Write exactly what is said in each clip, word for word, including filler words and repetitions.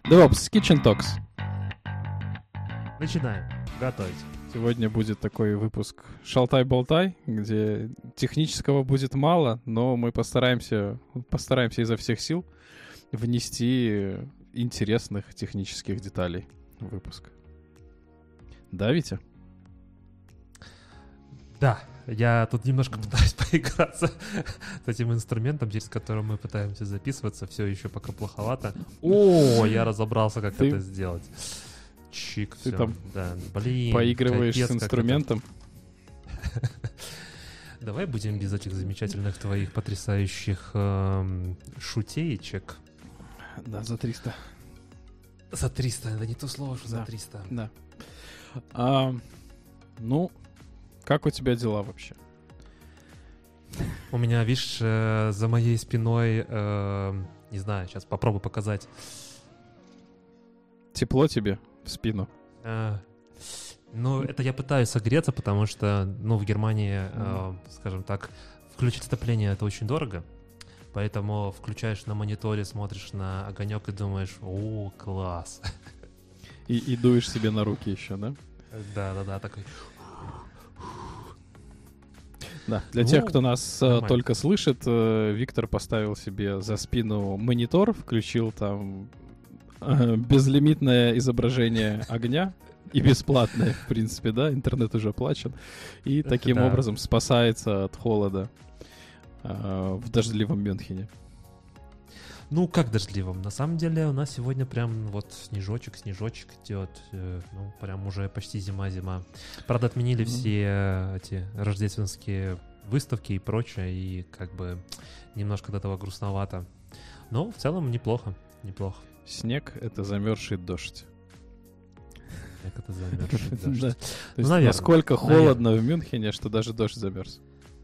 DevOps Kitchen Talks. Начинаем. Готовить. Сегодня будет такой выпуск шалтай-болтай, где технического будет мало, но мы постараемся, постараемся изо всех сил внести интересных технических деталей в выпуск. Да, Витя? Да, я тут немножко пытаюсь поиграться с этим инструментом, через который мы пытаемся записываться. Все еще пока плоховато. О, я разобрался, как Ты... это сделать. Чик, Ты все. там да, блин, поигрываешь капец, с инструментом? Это... Давай будем без этих замечательных твоих потрясающих эм, шутеечек. Да, за триста. За триста, это не то слово, что да. за триста. Да. А, ну, как у тебя дела вообще? У меня, видишь, э, за моей спиной, э, не знаю, сейчас попробую показать. Тепло тебе в спину? Э, ну, это я пытаюсь согреться, потому что, ну, в Германии, э, скажем так, включить отопление — это очень дорого. Поэтому включаешь на мониторе, смотришь на огонек и думаешь: о, класс. И, и дуешь себе на руки еще, да? Да-да-да, такой... Да, для ну, тех, кто нас нормально. только слышит, Виктор поставил себе за спину монитор, включил там безлимитное изображение огня и бесплатное, в принципе, да, интернет уже оплачен, и таким да. образом спасается от холода э, в дождливом Мюнхене. Ну, как дождливым? На самом деле у нас сегодня прям вот снежочек, снежочек идет. Э, ну, прям уже почти зима-зима. Правда, отменили mm-hmm. все эти рождественские выставки и прочее, и как бы немножко до этого грустновато. Но в целом неплохо, неплохо. Снег — это замерзший дождь. Снег — это замерзший дождь. Да. То есть насколько холодно в Мюнхене, что даже дождь замерз.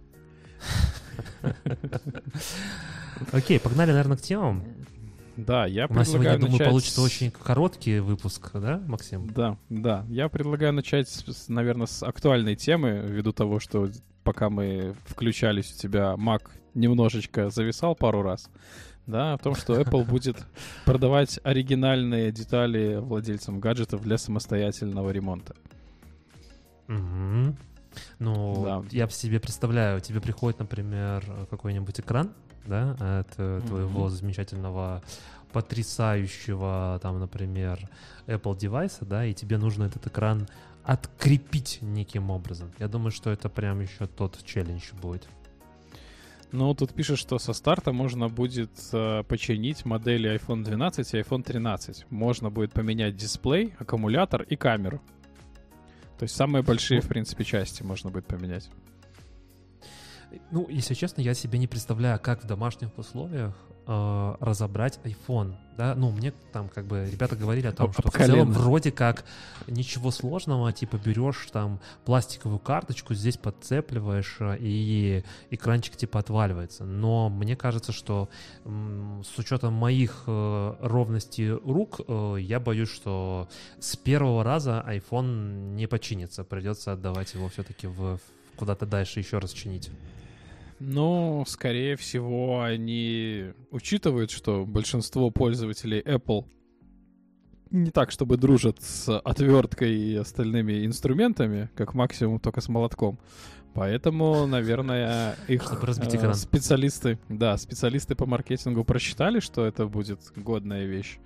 Окей, погнали, наверное, к темам. Да, я У нас сегодня, я думаю, начать... получится очень короткий выпуск, да, Максим? Да, да. Я предлагаю начать, с, наверное, с актуальной темы, ввиду того, что пока мы включались, у тебя Mac немножечко зависал пару раз. Да, о том, что Apple будет продавать оригинальные детали владельцам гаджетов для самостоятельного ремонта. Угу. Ну, да. Я себе представляю, тебе приходит, например, какой-нибудь экран, да, от mm-hmm. твоего замечательного, потрясающего, там, например, Apple девайса, да, и тебе нужно этот экран открепить неким образом. Я думаю, что это прям еще тот челлендж будет. Ну, тут пишет, что со старта можно будет э, починить модели айфон двенадцать и айфон тринадцать. Можно будет поменять дисплей, аккумулятор и камеру. То есть самые большие, в принципе, части можно будет поменять. Ну, если честно, я себе не представляю, как в домашних условиях э, разобрать iPhone. Да? Ну, мне там как бы ребята говорили о том, что в целом вроде как ничего сложного, типа берешь там пластиковую карточку, здесь подцепливаешь, и экранчик типа отваливается. Но мне кажется, что м, с учетом моих э, ровностей рук, э, я боюсь, что с первого раза iPhone не починится. Придется отдавать его все-таки в, в куда-то дальше еще раз чинить. Ну, скорее всего, они учитывают, что большинство пользователей Apple не так, чтобы дружат с отверткой и остальными инструментами, как максимум только с молотком. Поэтому, наверное, их э, специалисты, да, специалисты по маркетингу просчитали, что это будет годная вещь.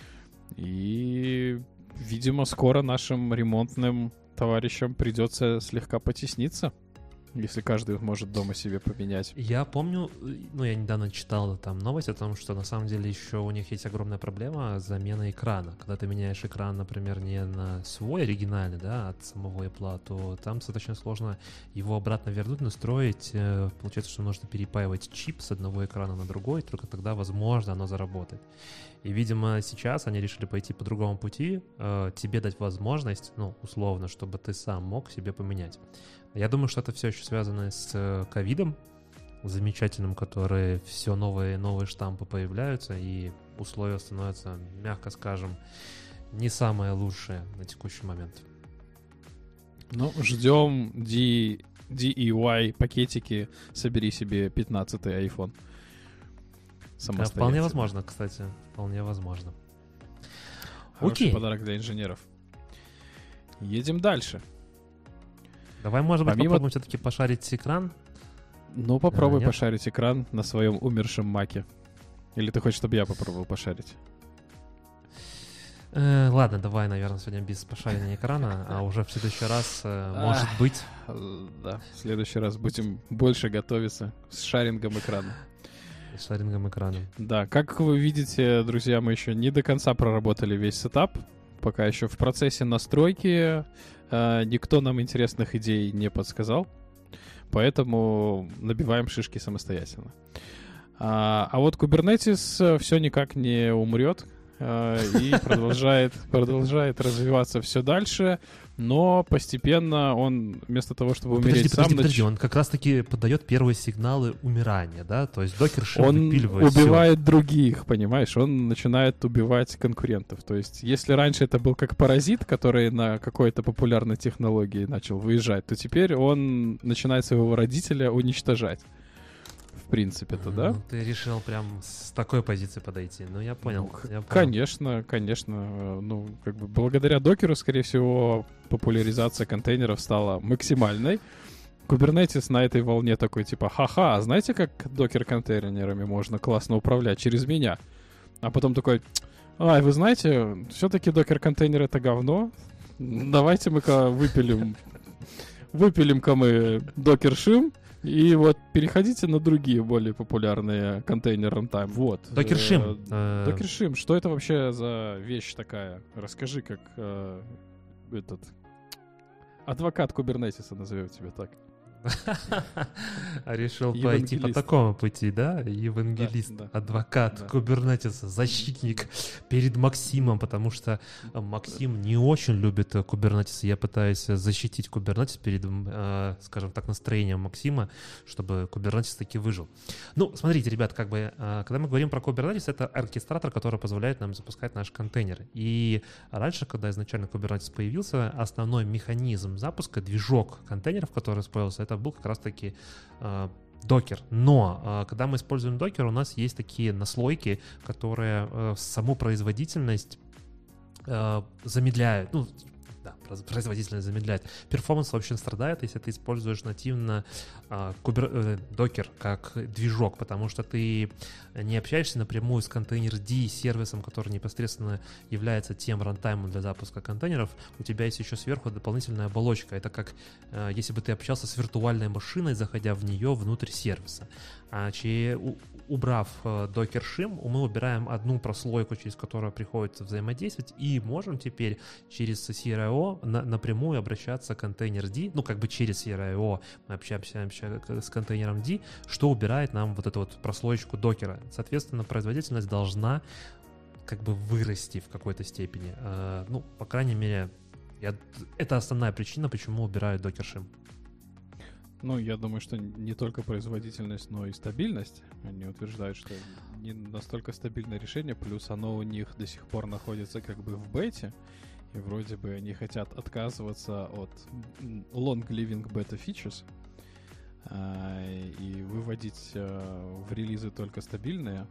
И, видимо, скоро нашим ремонтным товарищам придется слегка потесниться, если каждый может дома себе поменять. Я помню, ну, я недавно читал там новость о том, что на самом деле еще у них есть огромная проблема замена экрана. Когда ты меняешь экран, например, не на свой оригинальный, да, от самого Apple, то там достаточно сложно его обратно вернуть, настроить. Получается, что нужно перепаивать чип с одного экрана на другой, только тогда, возможно, оно заработает. И, видимо, сейчас они решили пойти по другому пути, э, тебе дать возможность, ну, условно, чтобы ты сам мог себе поменять. Я думаю, что это все еще связано с ковидом замечательным, который все новые и новые штампы появляются, и условия становятся, мягко скажем, не самые лучшие на текущий момент. Ну, ждем ди и уай пакетики, собери себе пятнадцатый iPhone. Да, вполне возможно, кстати, вполне возможно. Хороший Окей. подарок для инженеров. Едем дальше. Давай, может быть, Помимо- попробуем все-таки пошарить экран. Ну, попробуй нет? пошарить экран на своем умершем маке. Или ты хочешь, чтобы я попробовал пошарить? Э, ладно, давай, наверное, сегодня без пошарения экрана, а уже в следующий раз, э, может быть... Э, Да, в следующий раз будем больше готовиться с шарингом экрана. С шарингом экрана. Да, как вы видите, друзья, мы еще не до конца проработали весь сетап. Пока еще в процессе настройки. Э, никто нам интересных идей не подсказал. Поэтому набиваем шишки самостоятельно. А, а вот Kubernetes все никак не умрет э, и продолжает, продолжает развиваться все дальше. Но постепенно он, вместо того, чтобы Подожди, умереть подожди, сам... подожди, нач- он как раз-таки подает первые сигналы умирания, да? То есть докер шим Он выпиливает всё. убивает других, понимаешь? Он начинает убивать конкурентов. То есть, если раньше это был как паразит, который на какой-то популярной технологии начал выезжать, то теперь он начинает своего родителя уничтожать. В принципе-то, да? Ну, ты решил прям с такой позиции подойти. Ну, я понял. Ну, к- я понял. Конечно, конечно. э, Ну, как бы благодаря докеру, скорее всего, популяризация контейнеров стала максимальной. Kubernetes на этой волне такой, типа, ха-ха, а знаете, как докер-контейнерами можно классно управлять через меня? А потом такой, ай, вы знаете, все-таки докер-контейнер — это говно. Давайте мы-ка выпилим, выпилим-ка мы докер-шим, и вот переходите на другие более популярные контейнер рантайм. Вот. Докер шим. Э, Э, Докер шим, что это вообще за вещь такая? Расскажи, как э, этот адвокат кубернетиса, назовем тебя так. А решил пойти по Евангелист. такому пути, да? Евангелист, Да, да, адвокат, да. кубернетиса, защитник перед Максимом, потому что э, Максим не очень любит э, кубернетис. Я пытаюсь э, защитить кубернетис перед, э, скажем так, настроением Максима, чтобы кубернетис таки выжил. Ну, смотрите, ребят, как бы, э, когда мы говорим про кубернетис, это оркестратор, который позволяет нам запускать наш контейнер. И раньше, когда изначально кубернетис появился, основной механизм запуска, движок контейнеров, который использовался, это был как раз-таки э, докер. Но э, когда мы используем докер, у нас есть такие наслойки, которые э, саму производительность э, замедляют. Ну, да, произ- производительность замедляет. Перформанс вообще страдает, если ты используешь нативно э, кубер, э, докер как движок, потому что ты не общаешься напрямую с контейнер-D сервисом, который непосредственно является тем рантаймом для запуска контейнеров. У тебя есть еще сверху дополнительная оболочка. Это как э, если бы ты общался с виртуальной машиной, заходя в нее внутрь сервиса. А че, у, убрав э, Docker Shim, мы убираем одну прослойку, через которую приходится взаимодействовать, и можем теперь через си ар ай о на, напрямую обращаться к контейнер-D, ну как бы через си ар ай о мы общаемся, общаемся с контейнером D, что убирает нам вот эту вот прослоечку докера. Соответственно, производительность должна как бы вырасти в какой-то степени. Э, ну, по крайней мере, я, это основная причина, почему убирают Docker Shim. Ну, я думаю, что не только производительность, но и стабильность. Они утверждают, что не настолько стабильное решение, плюс оно у них до сих пор находится как бы в бете, и вроде бы они хотят отказываться от long living beta features а, и выводить а, в релизы только стабильные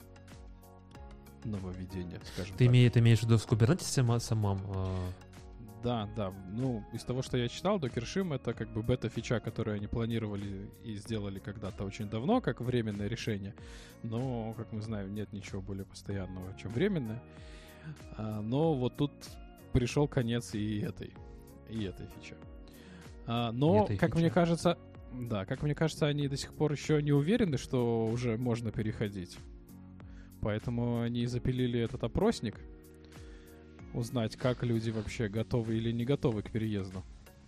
нововведения, скажем Ты, так. имеешь, ты имеешь в виду в Kubernetes самом? Э, Да, да. Ну, из того, что я читал, Docker Shim — это как бы бета-фича, которую они планировали и сделали когда-то очень давно, как временное решение. Но, как мы знаем, нет ничего более постоянного, чем временное. А, но вот тут пришел конец и этой, и этой фичи. А, но, этой как фичи. мне кажется, да, как мне кажется, они до сих пор еще не уверены, что уже можно переходить. Поэтому они запилили этот опросник, узнать, как люди вообще готовы или не готовы к переезду.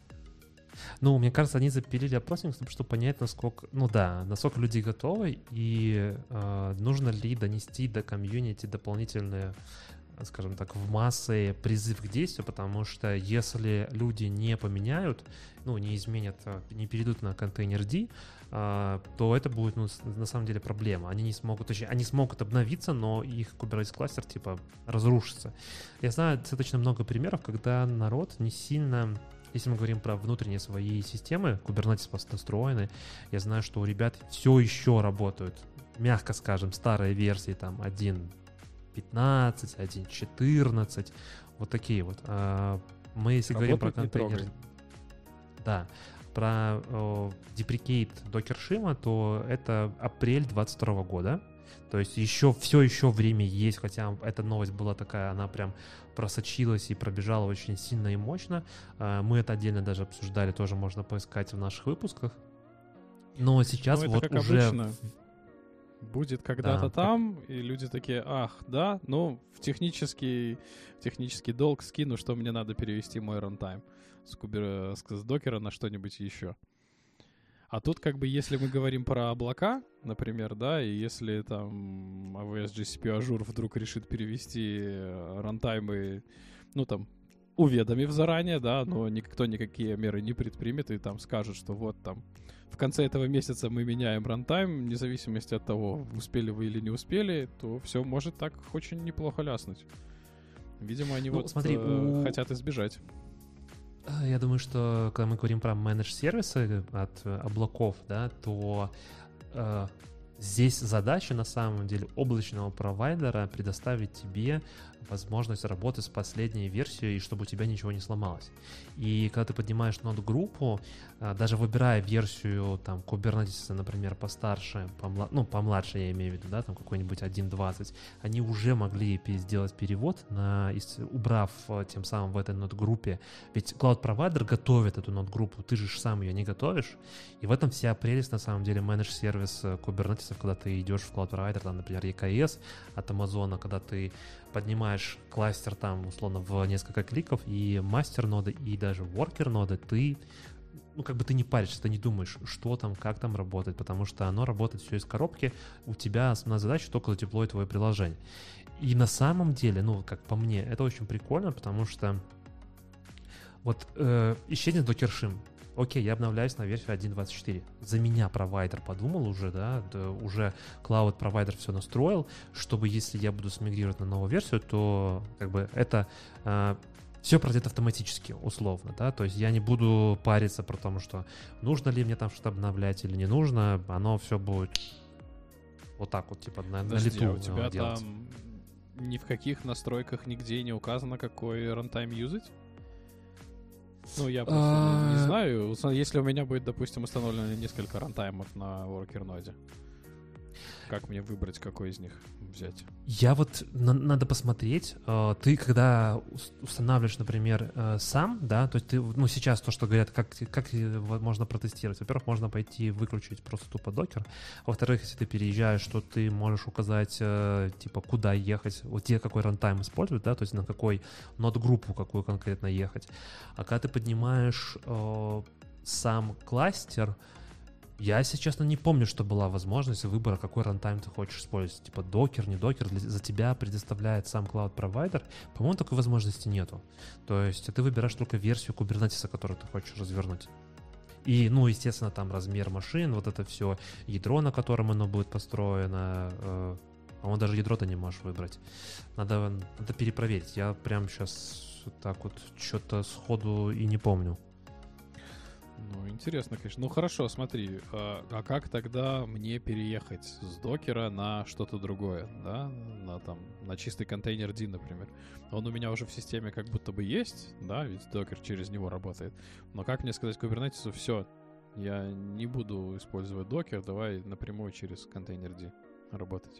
Ну, мне кажется, они запилили опросник, чтобы понять, насколько, ну да, насколько люди готовы и э, нужно ли донести до комьюнити дополнительные, скажем так, в массы призыв к действию, потому что если люди не поменяют, ну, не изменят, не перейдут на контейнер D, а, то это будет, ну, на самом деле проблема. Они не смогут, точнее, они смогут обновиться, но их Kubernetes кластер, типа, разрушится. Я знаю достаточно много примеров, когда народ не сильно, если мы говорим про внутренние свои системы, Kubernetes настроены, я знаю, что у ребят все еще работают, мягко скажем, старые версии, там, один пятнадцать, один четырнадцать, вот такие вот. Мы, если говорим про контейнер... Да, про э, деприкейт Docker Shima, то это апрель двадцать второго года. То есть еще, все еще время есть, хотя эта новость была такая, она прям просочилась и пробежала очень сильно и мощно. Э, мы это отдельно даже обсуждали, тоже можно поискать в наших выпусках. Но сейчас ну, вот это как уже... обычно. Будет когда-то да. там, и люди такие, ах, да, ну, в технический, в технический долг скину, что мне надо перевести мой рантайм с, кубера, с, с докера на что-нибудь еще. А тут как бы, если мы говорим про облака, например, да, и если там эй ви эс джи си пи Azure вдруг решит перевести рантаймы, ну, там, уведомив заранее, да, но никто никакие меры не предпримет и там скажет, что вот там в конце этого месяца мы меняем рантайм, вне зависимости от того, успели вы или не успели, то все может так очень неплохо ляснуть. Видимо, они ну, вот смотри, э, у... хотят избежать. Я думаю, что когда мы говорим про менедж-сервисы от облаков, да, то э, здесь задача на самом деле облачного провайдера предоставить тебе возможность работы с последней версией, и чтобы у тебя ничего не сломалось. И когда ты поднимаешь нод-группу, даже выбирая версию там Kubernetes, например, постарше, помла... ну, помладше я имею в виду, да, там какой-нибудь один двадцать, они уже могли сделать перевод, на... убрав тем самым в этой нод-группе. Ведь cloud-провайдер готовит эту нод-группу, ты же сам ее не готовишь. И в этом вся прелесть, на самом деле, менедж-сервис Kubernetes, когда ты идешь в cloud-провайдер, там, например, и кей эс от Amazon, когда ты поднимаешь кластер там, условно, в несколько кликов, и мастер-ноды, и даже воркер-ноды, ты, ну, как бы ты не паришься, ты не думаешь, что там, как там работает, потому что оно работает все из коробки, у тебя основная задача только задеплоить твое приложение. И на самом деле, ну, как по мне, это очень прикольно, потому что вот э, исчезнет Docker Shim. Окей, я обновляюсь на версию один двадцать четыре. За меня провайдер подумал уже, да, да уже клауд-провайдер все настроил, чтобы если я буду смигрировать на новую версию, то как бы это э, все пройдет автоматически, условно, да, то есть я не буду париться про то, что нужно ли мне там что-то обновлять или не нужно, оно все будет вот так вот, типа, на, на лету а у тебя делать. Там ни в каких настройках нигде не указано, какой рантайм юзать? Ну, я просто не, не знаю. Если у меня будет, допустим, установлено несколько рантаймов на worker-ноде, как мне выбрать, какой из них взять? Я вот, на, надо посмотреть. Ты, когда устанавливаешь, например, сам, да, то есть ты, ну, сейчас то, что говорят, как, как можно протестировать. Во-первых, можно пойти выключить просто тупо докер. Во-вторых, если ты переезжаешь, то ты можешь указать, типа, куда ехать, вот где какой рантайм использовать, да, то есть на какой нод-группу какую конкретно ехать. А когда ты поднимаешь э, сам кластер, я, если честно, не помню, что была возможность выбора, какой рантайм ты хочешь использовать. Типа докер, не докер, для, за тебя предоставляет сам cloud-провайдер. По-моему, такой возможности нету. То есть ты выбираешь только версию Kubernetes, которую ты хочешь развернуть. И, ну, естественно, там размер машин, вот это все, ядро, на котором оно будет построено. Э, по-моему, даже ядро ты не можешь выбрать. Надо, надо перепроверить. Я прям сейчас так вот что-то сходу и не помню. Ну, интересно, конечно. Ну, хорошо, смотри, а, а как тогда мне переехать с докера на что-то другое, да? На, там, на чистый контейнер ди, например. Он у меня уже в системе как будто бы есть, да, ведь докер через него работает. Но как мне сказать Kubernetes, все, я не буду использовать докер, давай напрямую через контейнер ди работать.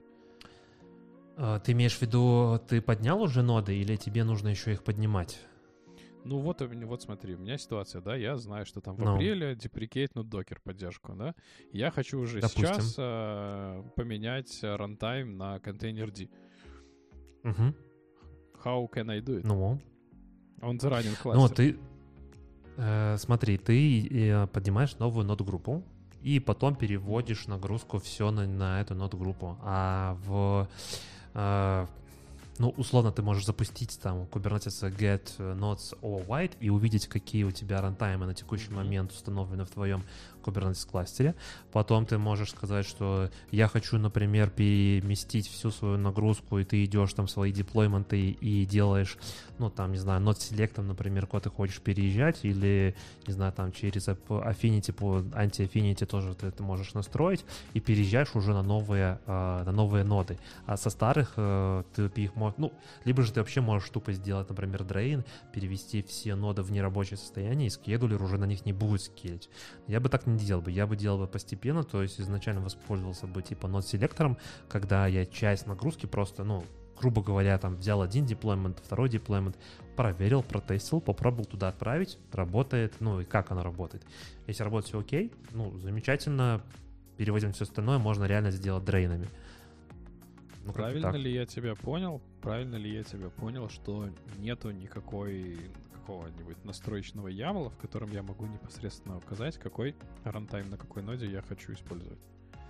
Ты имеешь в виду, ты поднял уже ноды или тебе нужно еще их поднимать? Ну вот, вот смотри, у меня ситуация, да, я знаю, что там в no. апреле деприкейтнут докер поддержку, да, я хочу уже Допустим. сейчас э, поменять рантайм на контейнер ди. Uh-huh. How can I do it? Ну? Он заранен в кластере. Ну, ты, э, смотри, ты э, поднимаешь новую нод-группу и потом переводишь нагрузку все на, на эту нод-группу, а в... Э, ну, условно, ты можешь запустить там Kubernetes get nodes overwrite и увидеть, какие у тебя рантаймы на текущий mm-hmm. момент установлены в твоем Kubernetes кластере. Потом ты можешь сказать, что я хочу, например, переместить всю свою нагрузку, и ты идешь там свои деплойменты и делаешь, ну, там, не знаю, node select, например, куда ты хочешь переезжать, или, не знаю, там, через Affinity, по анти-Affinity тоже ты это можешь настроить, и переезжаешь уже на новые, на новые ноды. А со старых ты их можешь, ну, либо же ты вообще можешь тупо сделать, например, drain, перевести все ноды в нерабочее состояние, и скедулер уже на них не будет скелить. Я бы так не делал бы, я бы делал бы постепенно, то есть изначально воспользовался бы типа нод-селектором, когда я часть нагрузки просто, ну, грубо говоря, там взял один деплоймент, второй деплоймент, проверил, протестил, попробовал туда отправить, работает, ну и как оно работает. Если работает все окей, ну, замечательно, переводим все остальное, можно реально сделать дрейнами. Ну, правильно ли я тебя понял? Правильно ли я тебя понял, что нету никакой какого-нибудь настроечного ямла, в котором я могу непосредственно указать, какой рантайм на какой ноде я хочу использовать?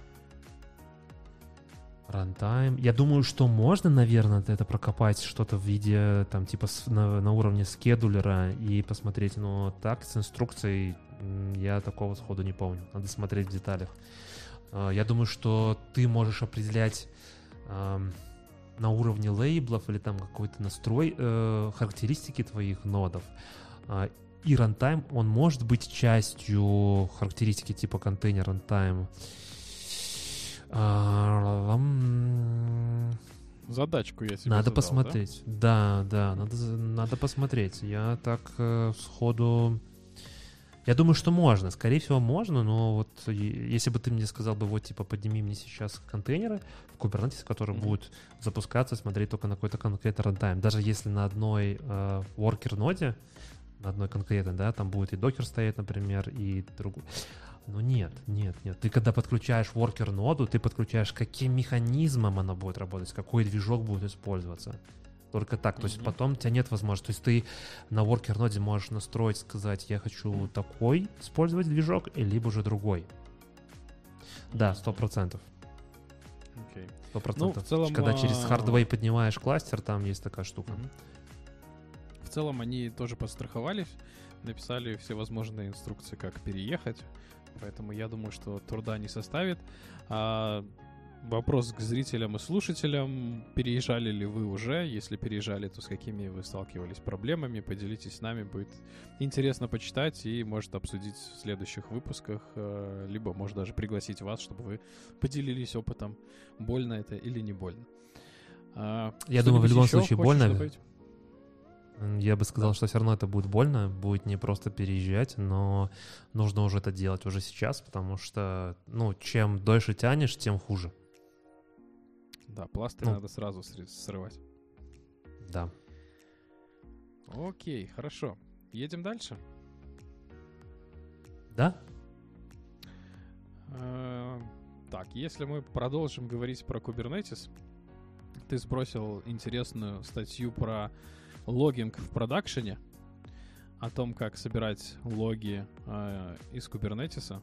Рантайм. Я думаю, что можно, наверное, это прокопать что-то в виде, там, типа с, на, на уровне скедулера и посмотреть, но так, с инструкцией я такого сходу не помню. Надо смотреть в деталях. Я думаю, что ты можешь определять на уровне лейблов или там какой-то настрой э, характеристики твоих нодов. Э, и рантайм, он может быть частью характеристики типа контейнер рантайм. Э, Задачку я себе Надо задал, посмотреть. Да, да, да надо, надо посмотреть. Я так э, сходу... Я думаю, что можно. Скорее всего, можно, но вот если бы ты мне сказал бы, вот, типа, подними мне сейчас контейнеры в Kubernetes, которые mm-hmm. будут запускаться, смотреть только на какой-то конкретный рантайм. Даже если на одной э, worker-ноде, на одной конкретной, да, там будет и докер стоять, например, и другой. Но нет, нет, нет. Ты когда подключаешь worker-ноду, ты подключаешь, каким механизмом она будет работать, какой движок будет использоваться. Только так. То есть mm-hmm. потом у тебя нет возможности. То есть ты на worker-ноде можешь настроить, сказать, я хочу такой использовать движок, либо же другой. Да, сто процентов. Okay. Сто процентов. Ну, в целом, когда через а... hardway поднимаешь кластер, там есть такая штука. Mm-hmm. В целом они тоже подстраховались, написали все возможные инструкции, как переехать. Поэтому я думаю, что труда не составит. А... Вопрос к зрителям и слушателям. Переезжали ли вы уже? Если переезжали, то с какими вы сталкивались проблемами? Поделитесь с нами. Будет интересно почитать и, может, обсудить в следующих выпусках. Либо, может, даже пригласить вас, чтобы вы поделились опытом. Больно это или не больно. Я Что думаю, в любом случае больно. Добавить? Я бы сказал, да. что все равно это будет больно. Будет не просто переезжать, но нужно уже это делать уже сейчас, потому что, ну, чем дольше тянешь, тем хуже. Да, пластырь ну, надо сразу срывать. Да. Окей, хорошо. Едем дальше? Да. Э-э- так, если мы продолжим говорить про Kubernetes, ты сбросил интересную статью про логинг в продакшене, о том, как собирать логи э- из Kubernetes.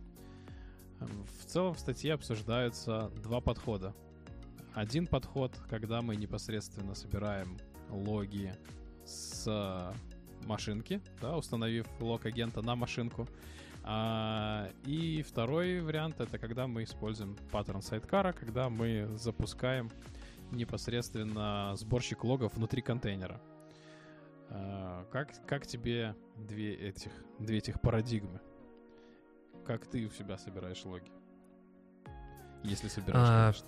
В целом в статье обсуждаются два подхода. Один подход, когда мы непосредственно собираем логи с машинки, да, установив лог агента на машинку. А, и второй вариант — это когда мы используем паттерн сайдкара, когда мы запускаем непосредственно сборщик логов внутри контейнера. А, как, как тебе две этих, две этих парадигмы? Как ты у себя собираешь логи? Если собираешь, а... конечно.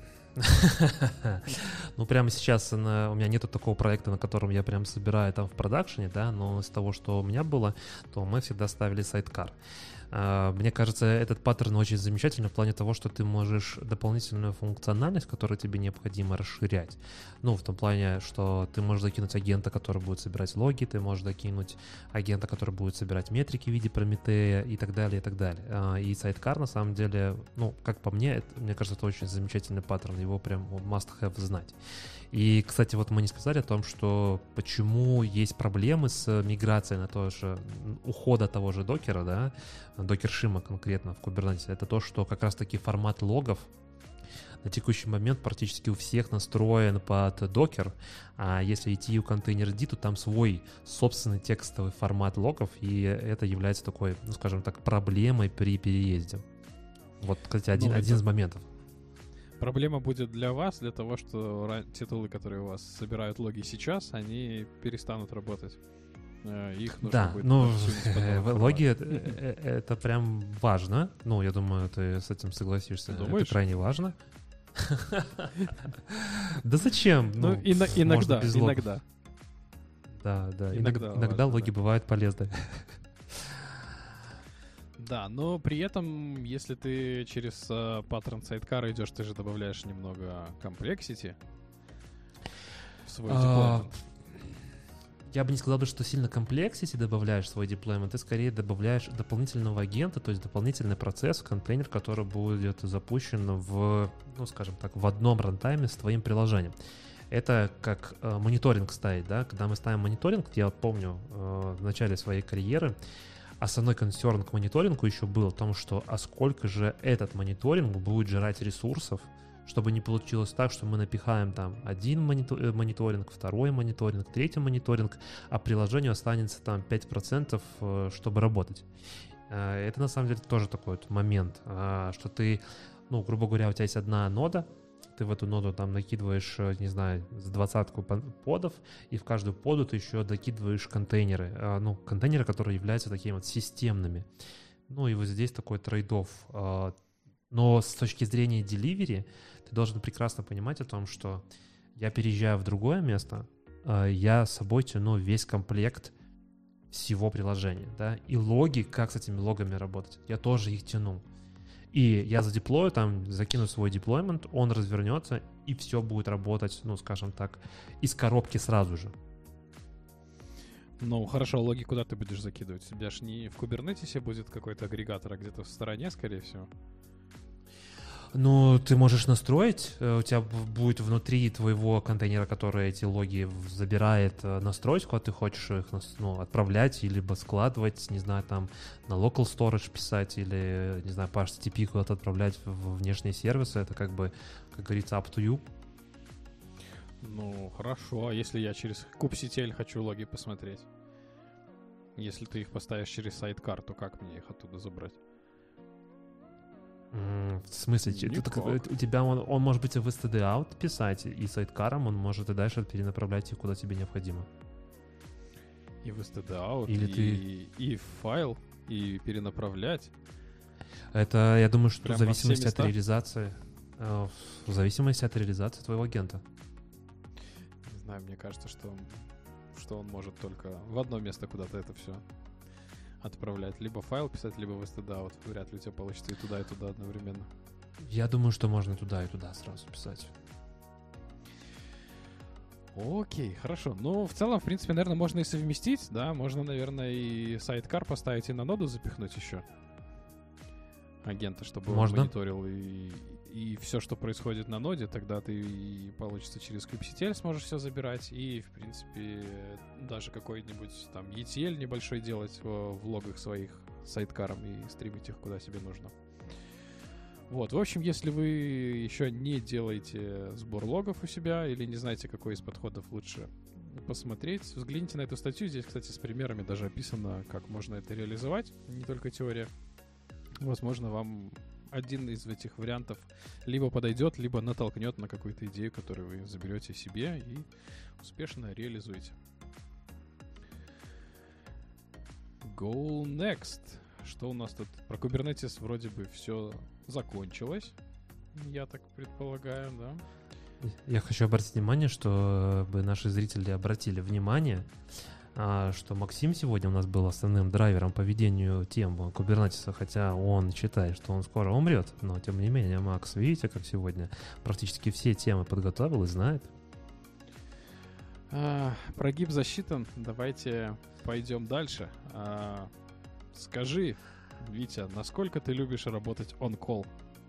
Ну, прямо сейчас на, у меня нету такого проекта, на котором я прям собираю там в продакшене, да, но из того, что у меня было, то мы всегда ставили сайдкар. Мне кажется, этот паттерн очень замечательный в плане того, что ты можешь дополнительную функциональность, которую тебе необходимо, расширять. Ну, в том плане, что ты можешь закинуть агента, который будет собирать логи, ты можешь закинуть агента, который будет собирать метрики в виде Прометея и так далее, и так далее. И сайдкар, на самом деле, ну, как по мне, это, мне кажется, это очень замечательный паттерн, его прям must-have знать. И, кстати, вот мы не сказали о том, что почему есть проблемы с миграцией на то же, ухода того же докера, да, докер-шима конкретно в Kubernetes. Это то, что как раз-таки формат логов на текущий момент практически у всех настроен под Docker, а если идти у контейнер-D, то там свой собственный текстовый формат логов, и это является такой, ну, скажем так, проблемой при переезде. Вот, кстати, один, Ну, один это... из моментов. Проблема будет для вас, для того, что те тулы, которые у вас собирают логи сейчас, они перестанут работать. Их нужно да, будет ну, э, логи это, это прям важно. Ну, я думаю, ты с этим согласишься. Думаешь? Это крайне важно. Да зачем? Ну, иногда, иногда. Да, да, иногда логи бывают полезны. Да, но при этом, если ты через uh, паттерн сайдкара идешь, ты же добавляешь немного complexity в свой деплоймент. Я бы не сказал, что сильно complexity добавляешь в свой деплоймент, ты скорее добавляешь дополнительного агента, то есть дополнительный процесс, контейнер, который будет запущен в, ну, скажем так, в одном рантайме с твоим приложением. Это как э, мониторинг ставить, да, когда мы ставим мониторинг, я помню э, в начале своей карьеры, основной консерн к мониторингу еще был в том, что а сколько же этот мониторинг будет жрать ресурсов, чтобы не получилось так, что мы напихаем там один мониторинг, второй мониторинг, третий мониторинг, а приложению останется там пять процентов, чтобы работать. Это на самом деле тоже такой вот момент, что ты, ну, грубо говоря, у тебя есть одна нода, ты в эту ноду там накидываешь, не знаю, с двадцатку подов, и в каждую поду ты еще докидываешь контейнеры, ну, контейнеры, которые являются такими вот системными. Ну, и вот здесь такой трейд-офф. Но с точки зрения delivery ты должен прекрасно понимать о том, что я переезжаю в другое место, я с собой тяну весь комплект всего приложения, да, и логи, как с этими логами работать, я тоже их тяну. И я задеплою, там, закину свой деплоймент, он развернется, и все будет работать, ну, скажем так, из коробки сразу же. Ну, хорошо, логи куда ты будешь закидывать? У тебя ж не в Kubernetes будет какой-то агрегатор, а где-то в стороне, скорее всего. Ну, ты можешь настроить, у тебя будет внутри твоего контейнера, который эти логи забирает, настроить, куда ты хочешь их, ну, отправлять, или либо складывать, не знаю, там на local storage писать, или, не знаю, по эйч ти ти пи куда-то отправлять в внешние сервисы. Это как бы, как говорится, up to you. Ну, хорошо. А если я через kubectl хочу логи посмотреть? Если ты их поставишь через сайдкар, то как мне их оттуда забрать? В смысле, ты, у тебя он, он может быть в эс ти ди out писать, и сайдкаром он может и дальше перенаправлять их куда тебе необходимо. И в эс ти ди out, Или и, ты... и в файл, и перенаправлять. Это, я думаю, что прям в зависимости от реализации, в зависимости от реализации твоего агента. Не знаю, мне кажется, что он, что он может только в одно место куда-то это все отправлять. Либо файл писать, либо в эс ти ди out. Вряд ли у тебя получится и туда, и туда одновременно. Я думаю, что можно и туда, и туда сразу писать. Окей, хорошо. Ну, в целом, в принципе, наверное, можно и совместить, да. Можно, наверное, и сайдкар поставить, и на ноду запихнуть еще агента, чтобы можно. он мониторил и, и все, что происходит на ноде. Тогда ты и получится через kubectl сможешь все забирать. И, в принципе, даже какой-нибудь там и ти эл небольшой делать в, в логах своих сайдкаром и стримить их куда себе нужно. Вот, в общем, если вы еще не делаете сбор логов у себя или не знаете, какой из подходов лучше посмотреть, взгляните на эту статью. Здесь, кстати, с примерами даже описано, как можно это реализовать, не только теория. Возможно, вам один из этих вариантов либо подойдет, либо натолкнет на какую-то идею, которую вы заберете себе и успешно реализуете. Go next. Что у нас тут? Про Kubernetes вроде бы все закончилось. Я так предполагаю, да? Я хочу обратить внимание, чтобы наши зрители обратили внимание, что Максим сегодня у нас был основным драйвером по ведению тем Kubernetes, хотя он считает, что он скоро умрет, но тем не менее, Макс, видите, как сегодня практически все темы подготовил и знает. А, прогиб засчитан, давайте пойдем дальше. А, скажи, Витя, насколько ты любишь работать on-call?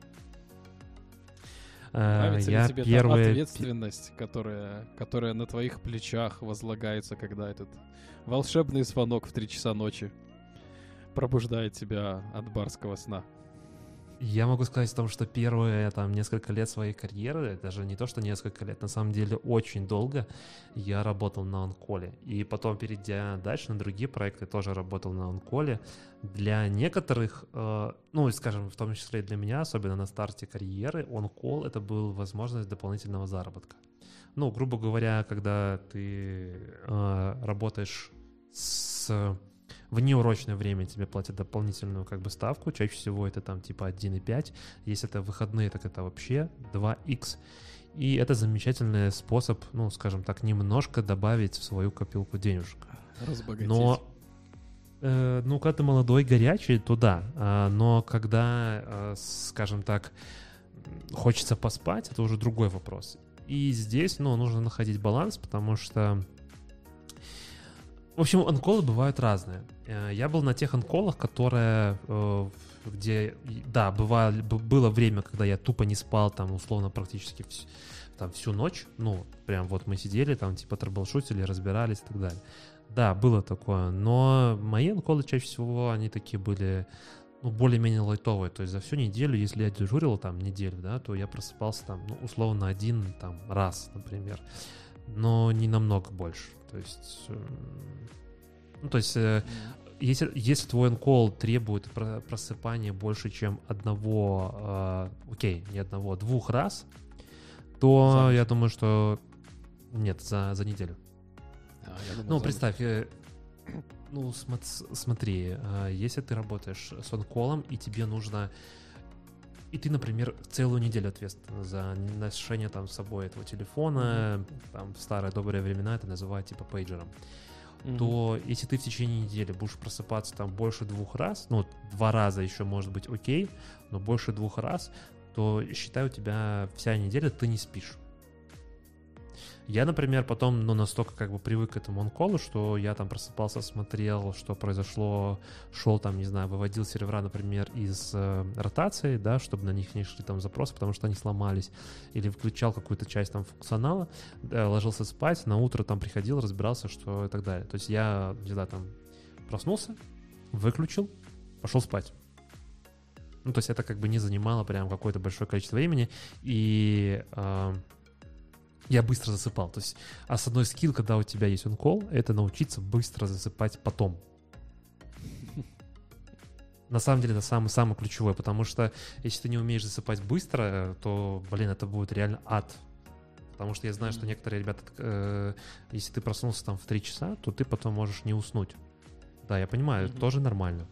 Нравится Я ли тебе первые... та ответственность, которая, которая на твоих плечах возлагается, когда этот волшебный звонок в три часа ночи пробуждает тебя от барского сна? Я могу сказать о том, что первые там несколько лет своей карьеры, даже не то, что несколько лет, на самом деле очень долго я работал на онколе. И потом, перейдя дальше на другие проекты, тоже работал на онколе. Для некоторых, э, ну, скажем, в том числе и для меня, особенно на старте карьеры, онкол — это была возможность дополнительного заработка. Ну, грубо говоря, когда ты э, работаешь с... В неурочное время тебе платят дополнительную как бы ставку. Чаще всего это там типа один и пять. Если это выходные, так это вообще два икс. И это замечательный способ, ну, скажем так, немножко добавить в свою копилку денежек. Разбогатеть. Но, э, ну, когда ты молодой, горячий, то да. А, но когда, э, скажем так, хочется поспать, это уже другой вопрос. И здесь, ну, нужно находить баланс, потому что... В общем, онколы бывают разные. Я был на тех онколах, которые, где, да, бывало, было время, когда я тупо не спал, там, условно, практически всю, там, всю ночь. Ну, прям вот мы сидели, там, типа, трэблшутили, разбирались и так далее. Да, было такое. Но мои онколы чаще всего, они такие были, ну, более-менее лайтовые. То есть за всю неделю, если я дежурил там неделю, да, то я просыпался там, ну, условно, один там раз, например. Но не намного больше. То есть, ну, то есть, mm-hmm. если, если твой онкол требует просыпания больше, чем одного, э, окей, не одного, двух раз, то за я думаю, что нет, за, за неделю. А, думал, ну, за представь, э, ну, см- смотри, э, если ты работаешь с онколом, и тебе нужно... И ты, например, целую неделю ответственен за ношение там с собой этого телефона, mm-hmm. там в старые добрые времена это называют типа пейджером, mm-hmm. то если ты в течение недели будешь просыпаться там больше двух раз, ну, два раза еще может быть окей, но больше двух раз, то считай, у тебя вся неделя ты не спишь. Я, например, потом, ну, настолько как бы привык к этому онколу, что я там просыпался, смотрел, что произошло, шел там, не знаю, выводил сервера, например, из э, ротации, да, чтобы на них не шли там запросы, потому что они сломались, или включал какую-то часть там функционала, да, ложился спать, на утро там приходил, разбирался, что и так далее. То есть я, не знаю, там проснулся, выключил, пошел спать. Ну, то есть это как бы не занимало прям какое-то большое количество времени, и... Э, я быстро засыпал. То есть основной скилл, когда у тебя есть онкол, это научиться быстро засыпать потом. На самом деле, это самое-самое ключевое, потому что если ты не умеешь засыпать быстро, то, блин, это будет реально ад. Потому что я знаю, что некоторые ребята, э, если ты проснулся там в три часа, то ты потом можешь не уснуть. Да, я понимаю, это тоже нормально.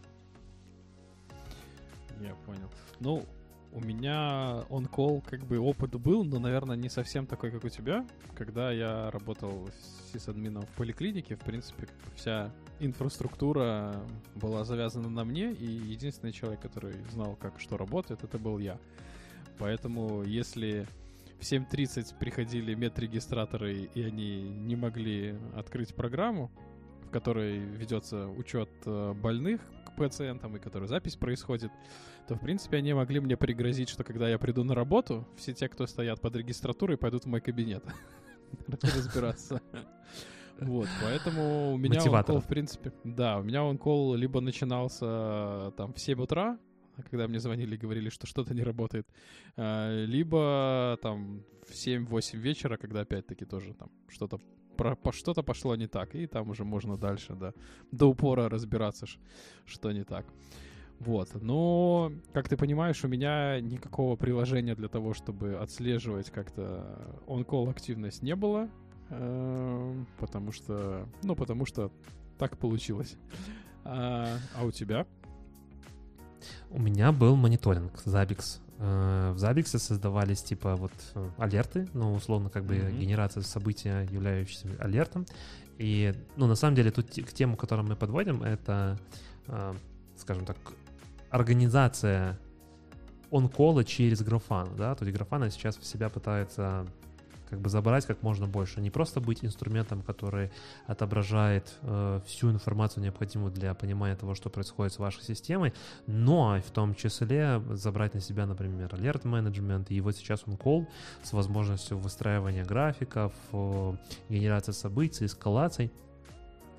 Я понял. Ну, у меня on-call как бы опыт был, но, наверное, не совсем такой, как у тебя. Когда я работал сисадмином в поликлинике, в принципе, вся инфраструктура была завязана на мне, и единственный человек, который знал, как что работает, это был я. Поэтому, если в семь тридцать приходили медрегистраторы, и они не могли открыть программу, в которой ведется учет больных к пациентам, и в которой запись происходит, то, в принципе, они могли мне пригрозить, что когда я приду на работу, все те, кто стоят под регистратурой, пойдут в мой кабинет разбираться. Вот, поэтому у меня он-колл, в принципе... Да, у меня он-колл либо начинался там в семь утра, когда мне звонили и говорили, что что-то не работает, либо там в семь-восемь вечера, когда опять-таки тоже там что-то Про, по, что-то пошло не так, и там уже можно дальше, да, до упора разбираться, что не так. Вот, но, как ты понимаешь, у меня никакого приложения для того, чтобы отслеживать как-то on-call активность не было, э, потому что, ну, потому что так получилось. А, а у тебя? У меня был мониторинг Zabbix. В Zabbix создавались типа вот алерты, ну, условно, как бы mm-hmm. генерация события, являющаяся алертом. И, ну, на самом деле, тут к тему, к которой мы подводим, это, скажем так, организация он-колла через Grafana, да, то есть Grafana сейчас в себя пытается как бы забрать как можно больше, не просто быть инструментом, который отображает э, всю информацию, необходимую для понимания того, что происходит с вашей системой, но в том числе забрать на себя, например, alert management, и вот сейчас on-call с возможностью выстраивания графиков, э, генерации событий, эскалаций.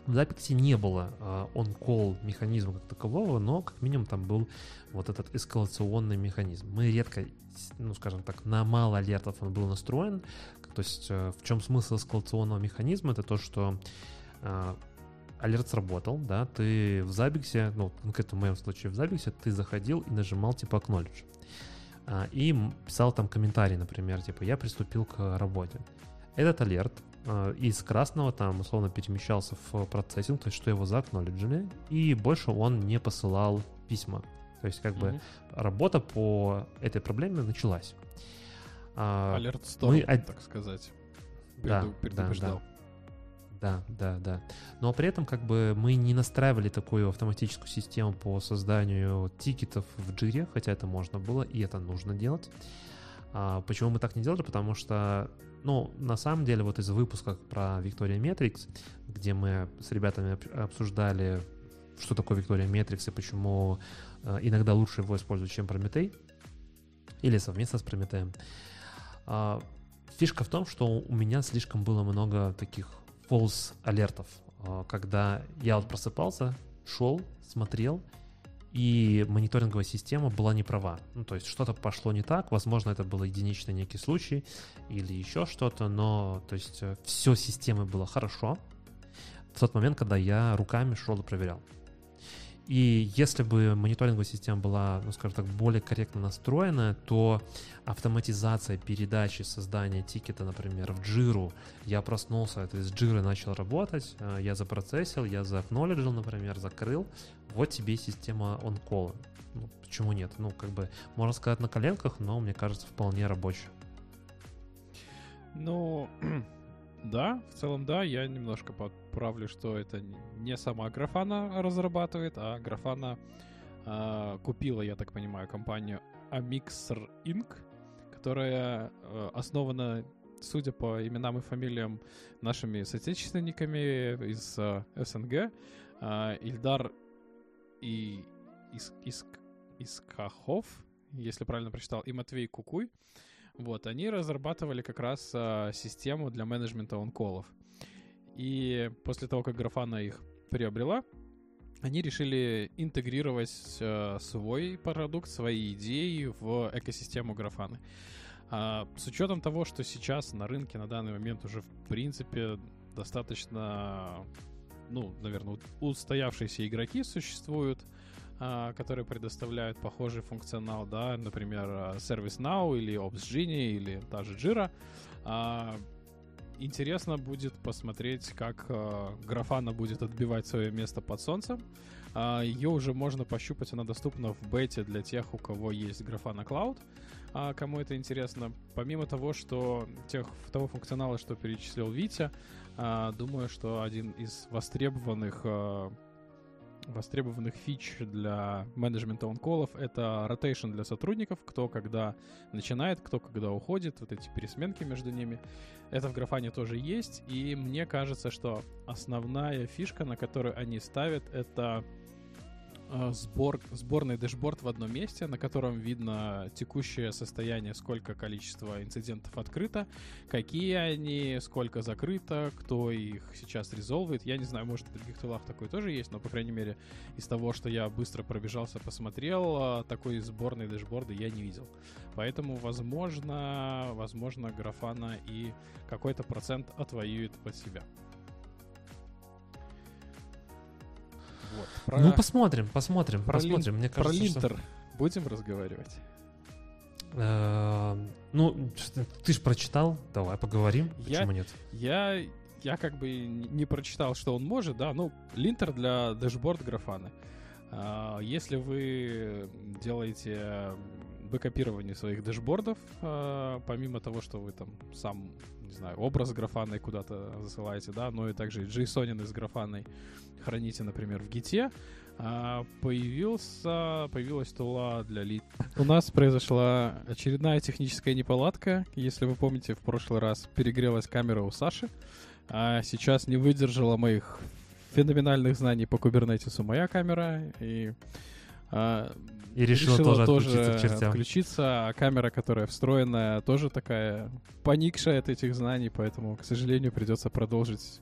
В Zabbix не было э, on-call механизма как такового, но как минимум там был вот этот эскалационный механизм. Мы редко, ну скажем так, на мало алертов он был настроен. То есть э, в чем смысл эскалационного механизма? Это то, что э, алерт сработал, да, ты в Zabbix, ну конкретно в моем случае в Zabbix, ты заходил и нажимал типа acknowledge. Э, и писал там комментарий, например, типа я приступил к работе. Этот алерт из красного там условно перемещался в процессинг, то есть что его заакноледжили, и больше он не посылал письма. То есть как mm-hmm. бы работа по этой проблеме началась. Алерт Storm, мы... так сказать. Да, предупреждал. Да, да, да, да. Но при этом как бы мы не настраивали такую автоматическую систему по созданию тикетов в Jira, хотя это можно было, и это нужно делать. Почему мы так не делали? Потому что ну, на самом деле, вот из выпуска про Victoria Metrics, где мы с ребятами обсуждали, что такое Victoria Metrics и почему э, иногда лучше его использовать, чем Prometei, или совместно с Prometei. Э, фишка в том, что у меня слишком было много таких false алертов, э, когда я вот просыпался, шел, смотрел, и мониторинговая система была не права. Ну, то есть что-то пошло не так, возможно, это был единичный некий случай или еще что-то, но то есть все системы было хорошо в тот момент, когда я руками шел и проверял. И если бы мониторинговая система была, ну, скажем так, более корректно настроена, то автоматизация передачи, создания тикета, например, в Jira, я проснулся, это из Jira начал работать, я запроцессил, я заакноледжил, например, закрыл, вот тебе система on-call. Ну, почему нет? Ну, как бы, можно сказать, на коленках, но, мне кажется, вполне рабочая. Ну... Да, в целом да, я немножко подправлю, что это не сама Grafana разрабатывает, а Grafana э, купила, я так понимаю, компанию Amixer инк, которая э, основана, судя по именам и фамилиям, нашими соотечественниками из э, СНГ, э, Ильдар и Ис, Ис, Искахов, если правильно прочитал, и Матвей Кукуй. Вот, они разрабатывали как раз а, систему для менеджмента он-коллов. И после того, как Grafana их приобрела, они решили интегрировать а, свой продукт, свои идеи в экосистему Grafana. А, с учетом того, что сейчас на рынке на данный момент уже, в принципе, достаточно, ну, наверное, устоявшиеся игроки существуют, которые предоставляют похожий функционал, да, например, ServiceNow или OpsGenie или та же Jira. Интересно будет посмотреть, как Grafana будет отбивать свое место под солнцем. Ее уже можно пощупать, она доступна в бете для тех, у кого есть Grafana Cloud. Кому это интересно, помимо того, что тех, того функционала, что перечислил Витя, думаю, что один из востребованных востребованных фич для менеджмента он-коллов — это ротейшн для сотрудников, кто когда начинает, кто когда уходит, вот эти пересменки между ними. Это в Grafana тоже есть, и мне кажется, что основная фишка, на которую они ставят, это сбор, сборный дэшборд в одном месте, на котором видно текущее состояние, сколько количество инцидентов открыто, какие они, сколько закрыто, кто их сейчас резолвит. Я не знаю, может, в других тулах такое тоже есть, но, по крайней мере, из того, что я быстро пробежался, посмотрел, такой сборный дэшборда я не видел. Поэтому, возможно, возможно, Grafana и какой-то процент отвоюет под себя. Вот, про... Ну, посмотрим, посмотрим, про посмотрим. Лин... Мне кажется, про линтер что... будем разговаривать? Э-э- ну, ты же прочитал, давай поговорим. Я... Почему нет? Я... Я как бы не прочитал, что он может, да, ну, линтер для дэшборд Grafana. А, если вы делаете бэкапирование своих дэшбордов, а, помимо того, что вы там сам, не знаю, образ Grafana куда-то засылаете, да, но и также JSON с Grafana храните, например, в гите, а, появился, появилась тула для лид. У нас произошла очередная техническая неполадка. Если вы помните, в прошлый раз перегрелась камера у Саши, а сейчас не выдержала моих феноменальных знаний по кубернетису моя камера, и, а, и решила, решила тоже, тоже отключиться, отключиться, а камера, которая встроенная, тоже такая поникшая от этих знаний, поэтому, к сожалению, придется продолжить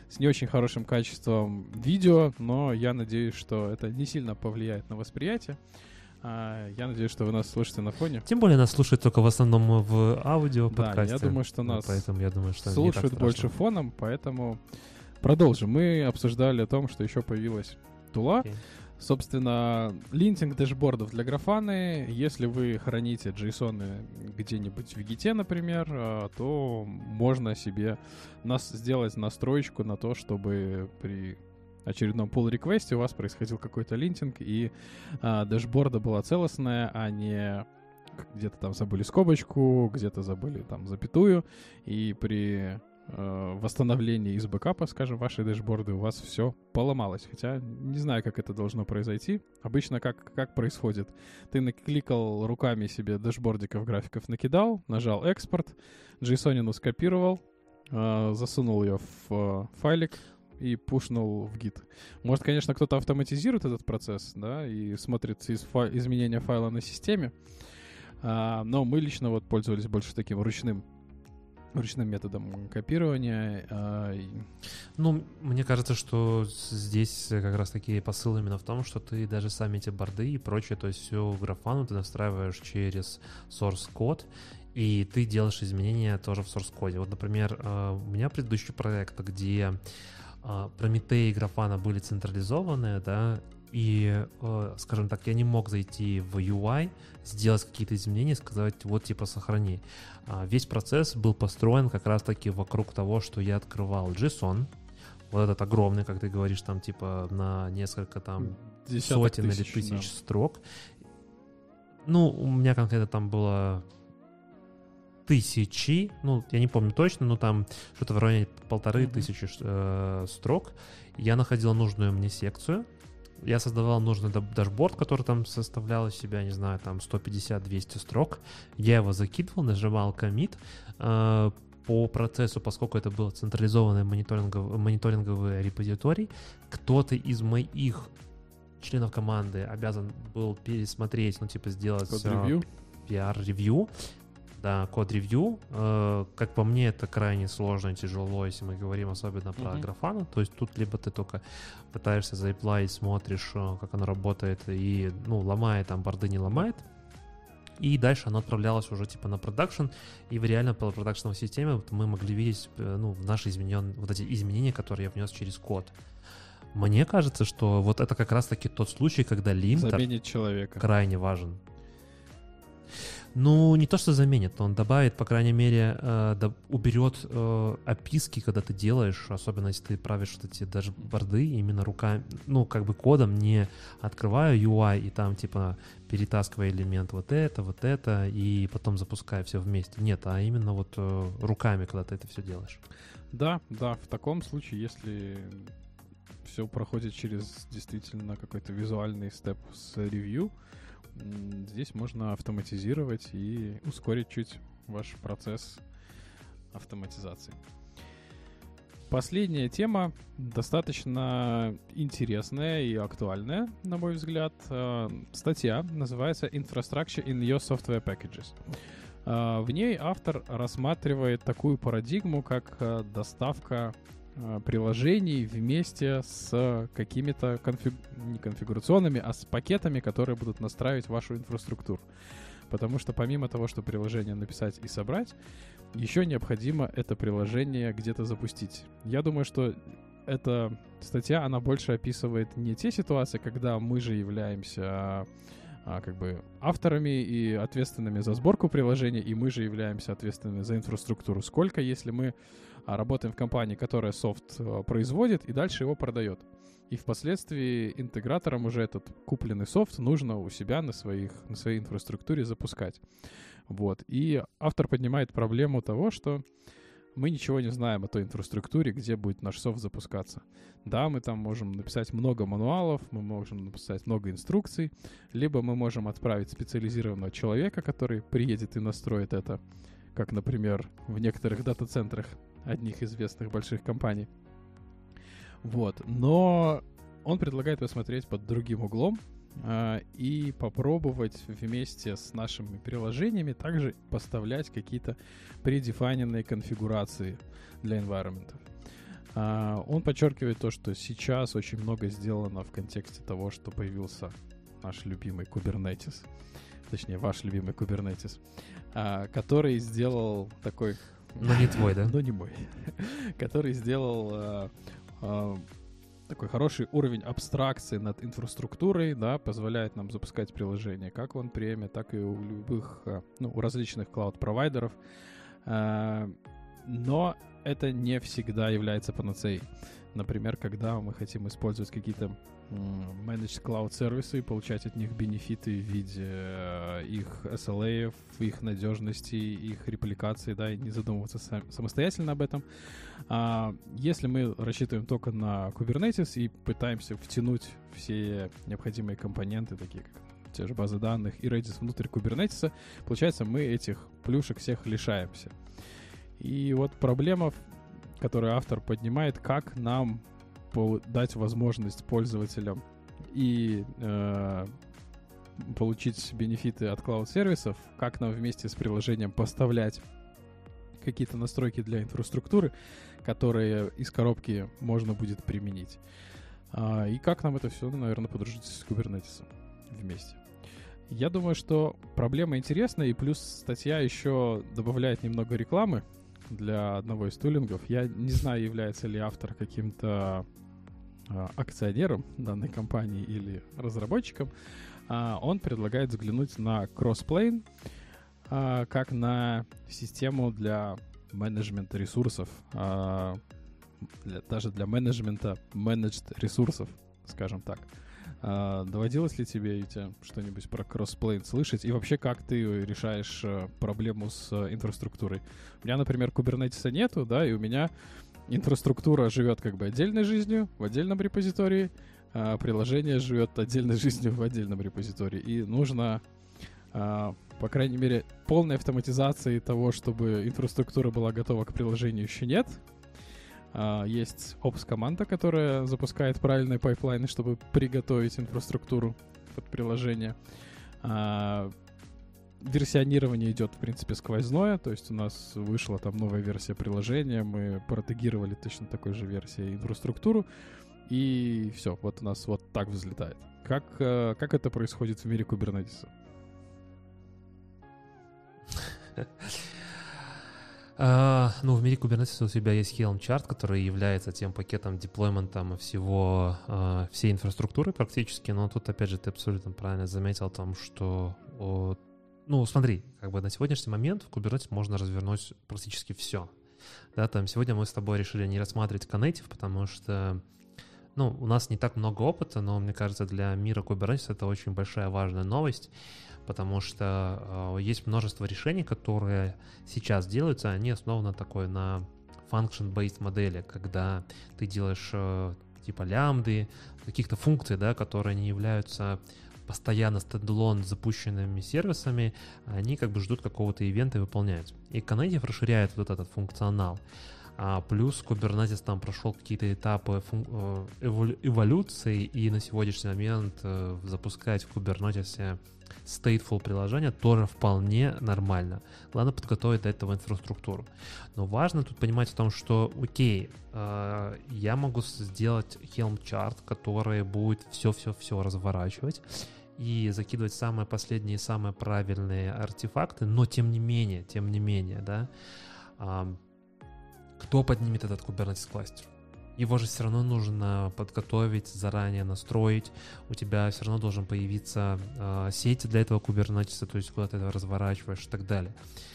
с не очень хорошим качеством видео, но я надеюсь, что это не сильно повлияет на восприятие. А, я надеюсь, что вы нас слушаете на фоне. Тем более нас слушают только в основном в аудио Да, подкасте. я думаю, что нас поэтому я думаю, что слушают больше фоном, поэтому продолжим. Мы обсуждали о том, что еще появилась тула. Okay. Собственно, линтинг дэшбордов для Grafana. Если вы храните JSON где-нибудь в Git, например, то можно себе нас сделать настроечку на то, чтобы при очередном pull-реквесте у вас происходил какой-то линтинг, и а, дэшборда была целостная, а не где-то там забыли скобочку, где-то забыли там запятую, и при восстановлении из бэкапа, скажем, вашей дэшборды, у вас все поломалось. Хотя не знаю, как это должно произойти. Обычно как, как происходит? Ты накликал руками себе дэшбордиков, графиков накидал, нажал экспорт, JSON скопировал, э, засунул ее в э, файлик и пушнул в Git. Может, конечно, кто-то автоматизирует этот процесс, да, и смотрит из фа- изменения файла на системе, э, но мы лично вот пользовались больше таким ручным ручным методом копирования. Э, ну, мне кажется, что здесь как раз таки посыл именно в том, что ты даже сами эти борды и прочее, то есть всю Grafana ты настраиваешь через source код, и ты делаешь изменения тоже в source коде. Вот, например, у меня предыдущий проект, где Prometei и Grafana были централизованы, да, и, скажем так, я не мог зайти в ю ай, сделать какие-то изменения, сказать, вот, типа, сохрани. Весь процесс был построен как раз-таки вокруг того, что я открывал JSON, вот этот огромный, как ты говоришь, там, типа, на несколько, там, Десяток сотен тысяч, или тысяч да. строк. Ну, у меня конкретно там было тысячи, ну, я не помню точно, но там что-то в районе полторы mm-hmm. тысячи э, строк. Я находил нужную мне секцию, я создавал нужный дашборд, который там составлял из себя, не знаю, там сто пятьдесят - двести строк. Я его закидывал, нажимал commit. Э, по процессу, поскольку это был централизованный мониторинговый, мониторинговый репозиторий, кто-то из моих членов команды обязан был пересмотреть, ну, типа, сделать код-ревью. пи ар-ревью. Да, код-ревью. Э, как по мне, это крайне сложно и тяжело, если мы говорим особенно про Mm-hmm. Grafana. То есть тут либо ты только пытаешься заэплайить, смотришь, как оно работает, и, ну, ломает, там, борды не ломает. И дальше оно отправлялось уже, типа, на продакшн. И в реально продакшновой системе вот мы могли видеть, ну, наши изменения, вот эти изменения, которые я внес через код. Мне кажется, что вот это как раз-таки тот случай, когда линтер Заменить человека. крайне важен. Ну, не то, что заменит, но он добавит, по крайней мере, э, да, уберет э, описки, когда ты делаешь, особенно если ты правишь вот эти даже борды именно руками, ну, как бы кодом, не открывая ю ай и там, типа, перетаскивая элемент вот это, вот это, и потом запуская все вместе. Нет, а именно вот э, руками, когда ты это все делаешь. Да, да, в таком случае, если все проходит через действительно какой-то визуальный степ с ревью, здесь можно автоматизировать и ускорить чуть ваш процесс автоматизации. Последняя тема достаточно интересная и актуальная, на мой взгляд. Статья называется «Infrastructure in your software packages». В ней автор рассматривает такую парадигму, как доставка приложений вместе с какими-то конфиг... не конфигурационными, а с пакетами, которые будут настраивать вашу инфраструктуру. Потому что помимо того, что приложение написать и собрать, еще необходимо это приложение где-то запустить. Я думаю, что эта статья, она больше описывает не те ситуации, когда мы же являемся а, как бы авторами и ответственными за сборку приложения, и мы же являемся ответственными за инфраструктуру. Сколько, если мы а, работаем в компании, которая софт а, производит и дальше его продает. И впоследствии интеграторам уже этот купленный софт нужно у себя на, своих, на своей инфраструктуре запускать. Вот. И автор поднимает проблему того, что мы ничего не знаем о той инфраструктуре, где будет наш софт запускаться. Да, мы там можем написать много мануалов, мы можем написать много инструкций, либо мы можем отправить специализированного человека, который приедет и настроит это, как, например, в некоторых дата-центрах одних известных больших компаний. Вот. Но он предлагает посмотреть под другим углом э, и попробовать вместе с нашими приложениями также поставлять какие-то предефайненные конфигурации для environment. Он подчеркивает то, что сейчас очень много сделано в контексте того, что появился наш любимый Kubernetes, точнее, ваш любимый Kubernetes, который сделал такой... Но не твой, да? Но не мой. Который сделал такой хороший уровень абстракции над инфраструктурой, да, позволяет нам запускать приложения как в on-prem, так и у любых, ну, у различных клауд-провайдеров. Но это не всегда является панацеей. Например, когда мы хотим использовать какие-то managed cloud сервисы и получать от них бенефиты в виде их эс эл эй, их надежности, их репликации, да, и не задумываться сам, самостоятельно об этом. А если мы рассчитываем только на Kubernetes и пытаемся втянуть все необходимые компоненты, такие как те же базы данных и Redis внутрь Kubernetes, получается, мы этих плюшек всех лишаемся. И вот проблема, которую автор поднимает, как нам дать возможность пользователям и э, получить бенефиты от клауд-сервисов, как нам вместе с приложением поставлять какие-то настройки для инфраструктуры, которые из коробки можно будет применить. А, и как нам это все, ну, наверное, подружить с Kubernetes вместе. Я думаю, что проблема интересная, и плюс статья еще добавляет немного рекламы для одного из тулингов. Я не знаю, является ли автор каким-то а, акционером данной компании или разработчиком. А, он предлагает взглянуть на Crossplane а, как на систему для менеджмента ресурсов, а, для, даже для менеджмента managed ресурсов, скажем так. А, доводилось ли тебе, Витя, что-нибудь про Crossplane слышать? И вообще, как ты решаешь проблему с инфраструктурой? У меня, например, Kubernetes нету, да, и у меня инфраструктура живет как бы отдельной жизнью в отдельном репозитории, а приложение живет отдельной жизнью в отдельном репозитории. И нужно, а, по крайней мере, полной автоматизации того, чтобы инфраструктура была готова к приложению, еще нет. Uh, есть Ops-команда, которая запускает правильные пайплайны, чтобы приготовить инфраструктуру под приложение. Uh, версионирование идет, в принципе, сквозное, то есть у нас вышла там новая версия приложения, мы протегировали точно такой же версией инфраструктуру, и все, вот у нас вот так взлетает. Как, uh, как это происходит в мире Kubernetes? Uh, ну, в мире Kubernetes у тебя есть Helm chart, который является тем пакетом деплоймента всего, uh, всей инфраструктуры практически, но тут, опять же, ты абсолютно правильно заметил о том, что, uh, ну, смотри, как бы на сегодняшний момент в Kubernetes можно развернуть практически все. Да, там сегодня мы с тобой решили не рассматривать Knative, потому что, ну, у нас не так много опыта, но, мне кажется, для мира Kubernetes это очень большая важная новость, потому что э, есть множество решений, которые сейчас делаются, они основаны такой на function-based модели, когда ты делаешь э, типа лямбды, каких-то функций, да, которые не являются постоянно стендалон запущенными сервисами, они как бы ждут какого-то ивента и выполняют. И Knative расширяет вот этот функционал. А плюс Kubernetes там прошел какие-то этапы фун- эволюции, и на сегодняшний момент э, запускать в Kubernetes stateful приложение тоже вполне нормально. Главное подготовить до этого инфраструктуру. Но важно тут понимать о том, что окей, э, я могу сделать Helm chart, который будет все-все-все разворачивать и закидывать самые последние, самые правильные артефакты, но тем не менее, тем не менее, да, э, кто поднимет этот Kubernetes кластер? Его же все равно нужно подготовить, заранее настроить. У тебя все равно должен появиться э, сеть для этого Kubernetes, то есть куда ты это разворачиваешь и так далее.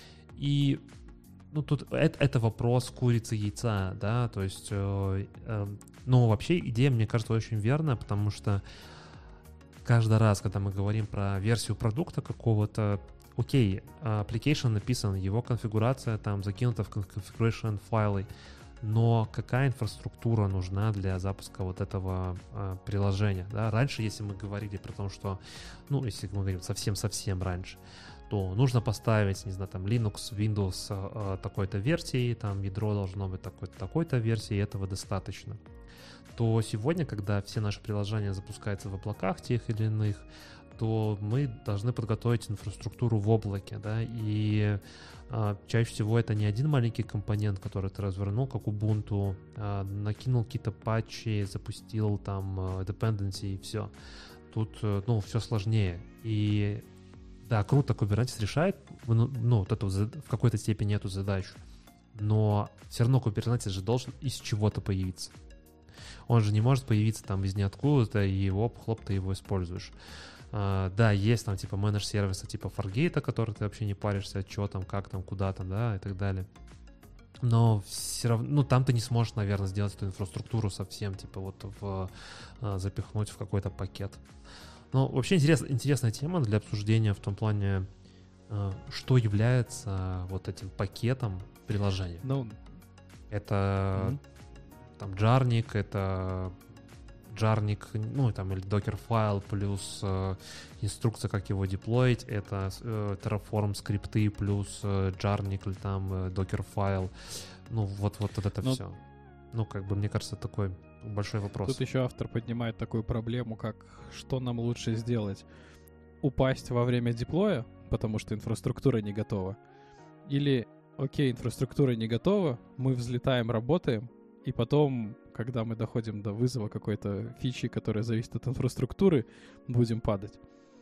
И ну, тут это, это вопрос курицы и яйца, да, то есть, э, э, ну, вообще идея, мне кажется, очень верная, потому что каждый раз, когда мы говорим про версию продукта какого-то, окей, application написан, его конфигурация там закинута в configuration файлы, но какая инфраструктура нужна для запуска вот этого э, приложения, да? Раньше, если мы говорили про то, что, ну, если мы говорим совсем-совсем раньше, то нужно поставить, не знаю, там Linux, Windows э, такой-то версии, там ядро должно быть такой-то, такой-то версии, и этого достаточно. То сегодня, когда все наши приложения запускаются в облаках тех или иных, то мы должны подготовить инфраструктуру в облаке, да, и а, чаще всего это не один маленький компонент, который ты развернул, как Ubuntu, а, накинул какие-то патчи, запустил там dependency и все. Тут, ну, все сложнее. И да, круто, Kubernetes решает, ну, ну вот эту, в какой-то степени эту задачу, но все равно Kubernetes же должен из чего-то появиться. Он же не может появиться там из ниоткуда, и оп-хлоп, ты его используешь. Uh, да, есть там типа менедж-сервисы типа Fargate, который ты вообще не паришься, что там, как там, куда там, да, и так далее. Но все равно, ну, там ты не сможешь, наверное, сделать эту инфраструктуру совсем, типа, вот в, uh, запихнуть в какой-то пакет. Ну, вообще интерес, интересная тема для обсуждения в том плане, uh, что является вот этим пакетом приложения. Ну, это mm-hmm. там Jarnik, это Jarnik, ну, там, или Docker-файл плюс э, инструкция, как его деплоить, это э, Terraform скрипты плюс э, Jarnik или там э, Docker-файл. Ну, вот, вот это Но... все. Ну, как бы, мне кажется, такой большой вопрос. Тут еще автор поднимает такую проблему, как что нам лучше сделать? Упасть во время деплоя, потому что инфраструктура не готова? Или, окей, инфраструктура не готова, мы взлетаем, работаем, и потом, когда мы доходим до вызова какой-то фичи, которая зависит от инфраструктуры, будем падать.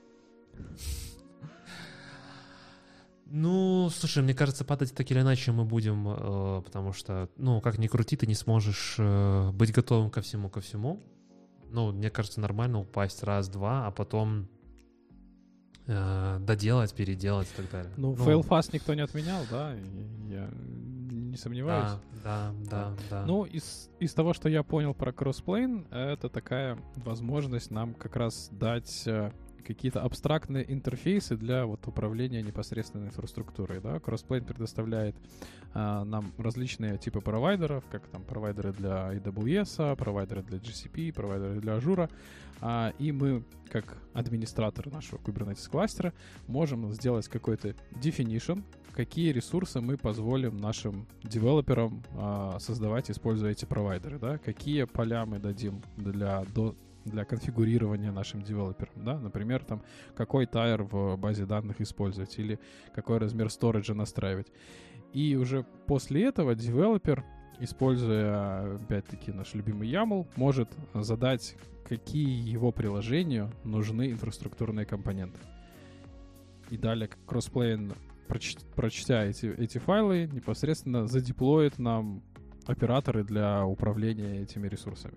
Ну, слушай, мне кажется, падать так или иначе мы будем, э, потому что, ну, как ни крути, ты не сможешь э, быть готовым ко всему, ко всему. Ну, мне кажется, нормально упасть раз-два, а потом э, доделать, переделать и так далее. Ну, ну fail-fast никто не отменял, да, я не сомневаюсь. Да, да, да, да. Ну, из, из того, что я понял про Crossplane, это такая возможность нам как раз дать э, какие-то абстрактные интерфейсы для вот управления непосредственно инфраструктурой, да. Crossplane предоставляет э, нам различные типы провайдеров, как там провайдеры для эй дабл ю эс, провайдеры для джи си пи, провайдеры для Azure, э, и мы, как администратор нашего Kubernetes кластера, можем сделать какой-то definition, какие ресурсы мы позволим нашим девелоперам а, создавать, используя эти провайдеры, да, какие поля мы дадим для, до, для конфигурирования нашим девелоперам, да, например, там, какой тайр в базе данных использовать или какой размер сториджа настраивать. И уже после этого девелопер, используя, опять-таки, наш любимый ямл, может задать, какие его приложению нужны инфраструктурные компоненты. И далее Crossplane, прочтя эти, эти файлы, непосредственно задеплоит нам операторы для управления этими ресурсами.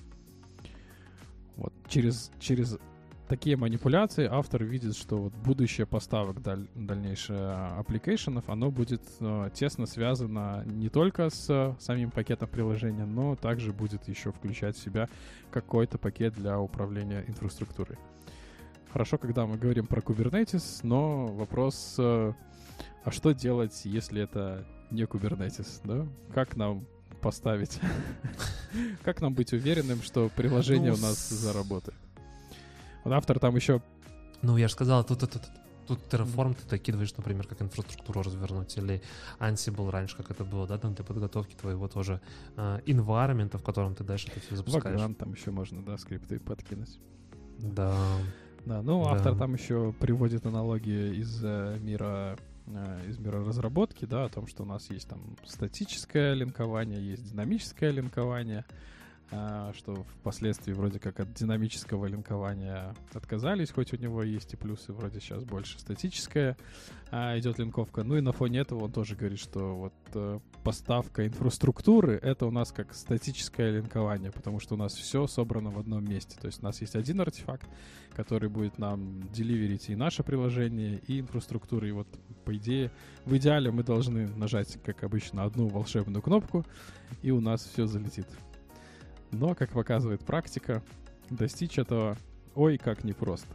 Вот. Через, через такие манипуляции автор видит, что вот будущее поставок даль, дальнейших аппликейшенов, оно будет э, тесно связано не только с самим пакетом приложения, но также будет еще включать в себя какой-то пакет для управления инфраструктурой. Хорошо, когда мы говорим про Kubernetes, но вопрос... Э, А что делать, если это не Kubernetes, да? Как нам поставить? Как нам быть уверенным, что приложение у нас заработает? Вот автор там еще... Ну, я же сказал, тут, тут, тут, тут Terraform ты докидываешь, например, как инфраструктуру развернуть, или Ansible раньше, как это было, да, там для подготовки твоего тоже uh, environment, в котором ты дальше это все запускаешь. Vagrant там еще можно, да, скрипты подкинуть. Да. Да, ну, да. автор там еще приводит аналогии из uh, мира... из мира разработки, да, о том, что у нас есть там статическое линкование, есть динамическое линкование, что впоследствии вроде как от динамического линкования отказались, хоть у него есть и плюсы, вроде сейчас больше статическая идет линковка. Ну и на фоне этого он тоже говорит, что вот поставка инфраструктуры — это у нас как статическое линкование, потому что у нас все собрано в одном месте. То есть у нас есть один артефакт, который будет нам деливерить и наше приложение, и инфраструктуру. И вот, по идее, в идеале мы должны нажать, как обычно, одну волшебную кнопку, и у нас все залетит. Но, как показывает практика, достичь этого, ой, как непросто.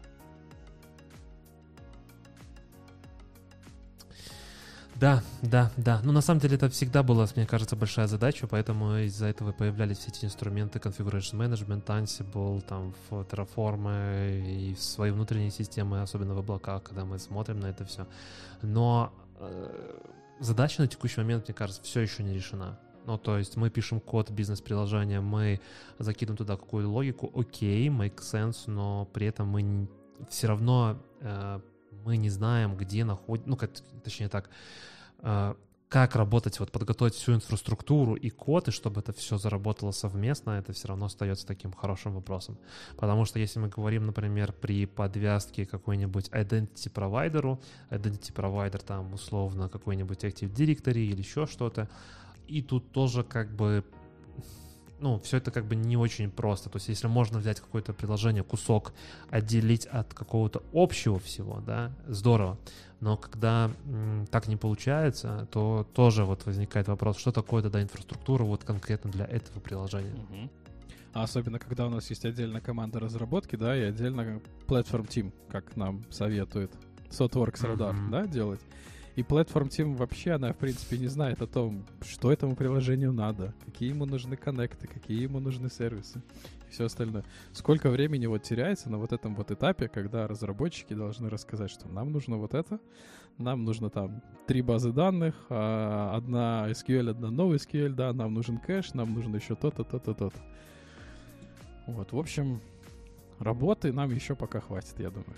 Да, да, да. Ну, на самом деле, это всегда была, мне кажется, большая задача, поэтому из-за этого появлялись все эти инструменты Configuration Management, Ansible, там, в Terraform и в свои внутренние системы, особенно в облаках, когда мы смотрим на это все. Но э, задача на текущий момент, мне кажется, все еще не решена. Ну, то есть мы пишем код бизнес-приложения, мы закидываем туда какую-то логику, окей, make sense, но при этом мы все равно э, мы не знаем, где находится, ну, как, точнее так, э, как работать, вот подготовить всю инфраструктуру и код, и чтобы это все заработало совместно, это все равно остается таким хорошим вопросом. Потому что если мы говорим, например, при подвязке какой-нибудь identity провайдеру, identity провайдер там условно какой-нибудь Active Directory или еще что-то, и тут тоже как бы, ну, все это как бы не очень просто. То есть если можно взять какое-то приложение, кусок, отделить от какого-то общего всего, да, здорово. Но когда м, так не получается, то тоже вот возникает вопрос, что такое тогда инфраструктура вот конкретно для этого приложения. Угу. А особенно, когда у нас есть отдельная команда разработки, да, и отдельно Platform Team, как нам советует ThoughtWorks Radar, mm-hmm. да, делать. И Platform Team вообще, она, в принципе, не знает о том, что этому приложению надо, какие ему нужны коннекты, какие ему нужны сервисы и все остальное. Сколько времени вот теряется на вот этом вот этапе, когда разработчики должны рассказать, что нам нужно вот это, нам нужно там три базы данных, одна эс кью эль, одна NoSQL, да, нам нужен кэш, нам нужно еще то-то, то-то, то-то. Вот, в общем, работы нам еще пока хватит, я думаю.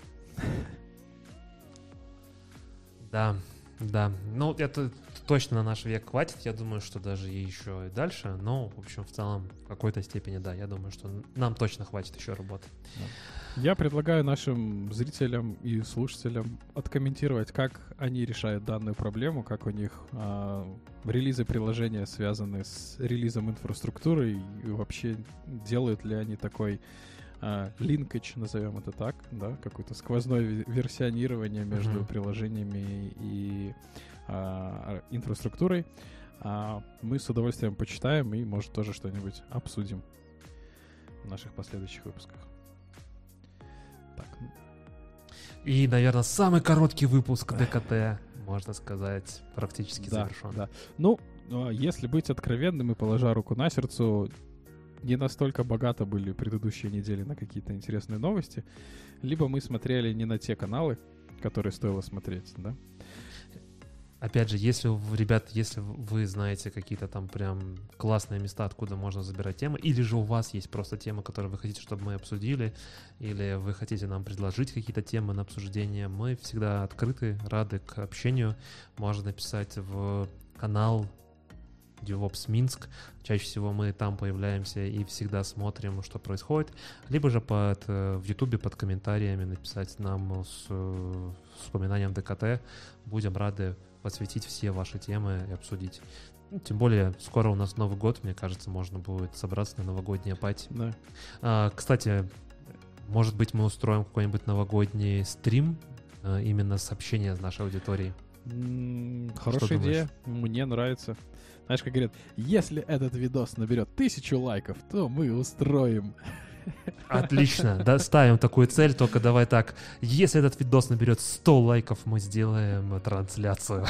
Да, да. Ну, это точно на наш век хватит. Я думаю, что даже и еще и дальше. Но, в общем, в целом, в какой-то степени, да, я думаю, что нам точно хватит еще работы. Я предлагаю нашим зрителям и слушателям откомментировать, как они решают данную проблему, как у них а, релизы приложения связаны с релизом инфраструктуры и вообще делают ли они такой линкач, uh, назовем это так, да, какое-то сквозное версионирование между uh-huh. приложениями и uh, инфраструктурой. Uh, мы с удовольствием почитаем и, может, тоже что-нибудь обсудим в наших последующих выпусках. Так. И, наверное, самый короткий выпуск ДКТ, можно сказать, практически да, завершен. Да. Ну, если быть откровенным и положа руку на сердце, не настолько богато были предыдущие недели на какие-то интересные новости, либо мы смотрели не на те каналы, которые стоило смотреть, да? Опять же, если, ребят, если вы знаете какие-то там прям классные места, откуда можно забирать темы, или же у вас есть просто темы, которые вы хотите, чтобы мы обсудили, или вы хотите нам предложить какие-то темы на обсуждение, мы всегда открыты, рады к общению. Можно написать в канал DevOps Минск. Чаще всего мы там появляемся и всегда смотрим, что происходит. Либо же под, в Ютубе под комментариями написать нам с, с упоминанием ДКТ. Будем рады посвятить все ваши темы и обсудить. Ну, тем более, скоро у нас Новый год, мне кажется, можно будет собраться на новогодние пати. Да. А, кстати, может быть, мы устроим какой-нибудь новогодний стрим, а, именно с общения с нашей аудиторией. М-м, хорошая идея, мне нравится. Знаешь, как говорят, если этот видос наберет тысячу лайков, то мы устроим. Отлично, да, ставим такую цель, только давай так, если этот видос наберет сто лайков, мы сделаем трансляцию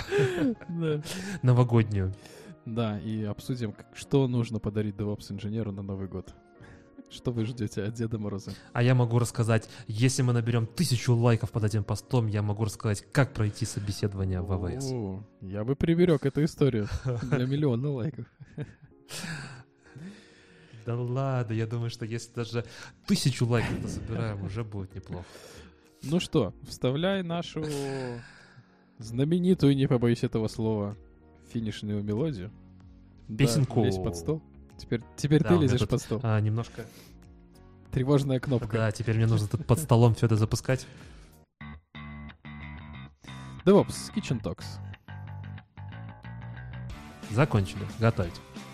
новогоднюю. Да, и обсудим, что нужно подарить DevOps-инженеру на Новый год. Что вы ждете от Деда Мороза? А я могу рассказать, если мы наберем тысячу лайков под этим постом, я могу рассказать, как пройти собеседование в АВС. О, я бы приберег эту историю для миллиона лайков. Да ладно, я думаю, что если даже тысячу лайков собираем, уже будет неплохо. Ну что, вставляй нашу знаменитую, не побоюсь этого слова, финишную мелодию. Песенку. Да, лезь под стол. Теперь, теперь да, ты лезешь тут, под стол. А, немножко... Тревожная кнопка. Да, теперь мне нужно тут под столом все это запускать. DevOps Kitchen Talks. Закончили. Готовить.